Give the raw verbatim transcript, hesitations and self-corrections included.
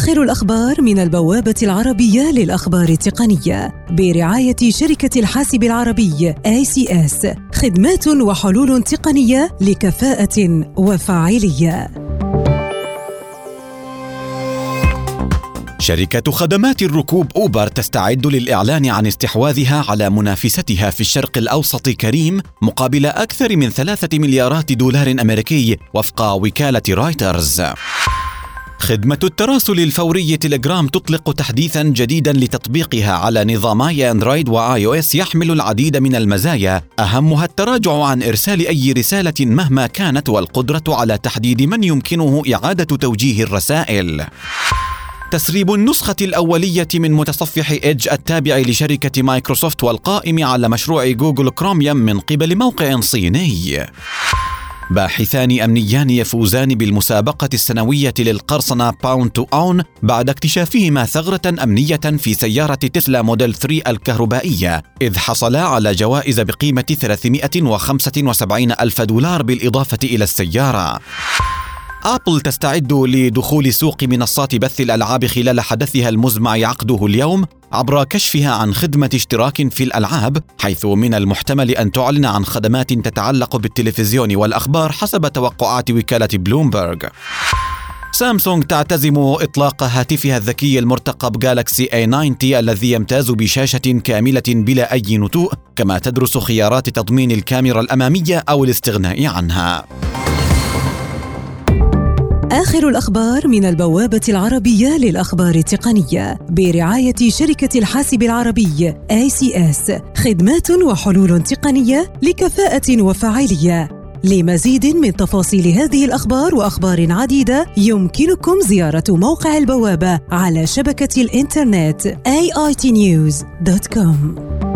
آخر الأخبار من البوابة العربية للأخبار التقنية برعاية شركة الحاسب العربي آي سي إس، خدمات وحلول تقنية لكفاءة وفاعلية. شركة خدمات الركوب أوبر تستعد للإعلان عن استحواذها على منافستها في الشرق الأوسط كريم مقابل أكثر من ثلاثة مليارات دولار أمريكي وفق وكالة رايترز. خدمة التراسل الفوري تيليجرام تطلق تحديثاً جديداً لتطبيقها على نظامي أندرويد وآي أو إس يحمل العديد من المزايا، أهمها التراجع عن إرسال أي رسالة مهما كانت والقدرة على تحديد من يمكنه إعادة توجيه الرسائل. تسريب النسخة الأولية من متصفح إيدج التابع لشركة مايكروسوفت والقائم على مشروع جوجل كروميوم من قبل موقع صيني. باحثان أمنيان يفوزان بالمسابقة السنوية للقرصنة باوند تو أون بعد اكتشافهما ثغرة أمنية في سيارة تسلا موديل ثلاثة الكهربائية، إذ حصلا على جوائز بقيمة ثلاثمائة وخمسة وسبعين ألف دولار بالإضافة إلى السيارة. آبل تستعد لدخول سوق منصات بث الألعاب خلال حدثها المزمع عقده اليوم عبر كشفها عن خدمة اشتراك في الألعاب، حيث من المحتمل أن تعلن عن خدمات تتعلق بالتلفزيون والأخبار حسب توقعات وكالة بلومبرغ. سامسونج تعتزم إطلاق هاتفها الذكي المرتقب جالاكسي إيه تسعين الذي يمتاز بشاشة كاملة بلا أي نتوء، كما تدرس خيارات تضمين الكاميرا الأمامية أو الاستغناء عنها. آخر الأخبار من البوابة العربية للأخبار التقنية برعاية شركة الحاسب العربي آي سي إس، خدمات وحلول تقنية لكفاءة وفاعلية. لمزيد من تفاصيل هذه الأخبار وأخبار عديدة يمكنكم زيارة موقع البوابة على شبكة الإنترنت آي آي تي نيوز دوت كوم.